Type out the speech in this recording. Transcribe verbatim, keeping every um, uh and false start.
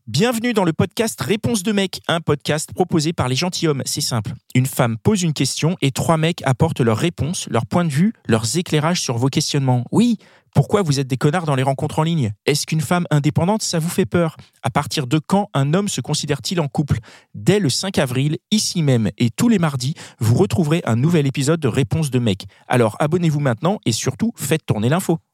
Bienvenue dans le podcast Réponse de mec, un podcast proposé par les gentilshommes. C'est simple. Une femme pose une question et trois mecs apportent leurs réponses, leur point de vue, leurs éclairages sur vos questionnements. Oui, pourquoi vous êtes des connards dans les rencontres en ligne ? Est-ce qu'une femme indépendante, ça vous fait peur ? À partir de quand un homme se considère-t-il en couple ? Dès le cinq avril, ici même et tous les mardis, vous retrouverez un nouvel épisode de Réponse de mec. Alors abonnez-vous maintenant et surtout, faites tourner l'info.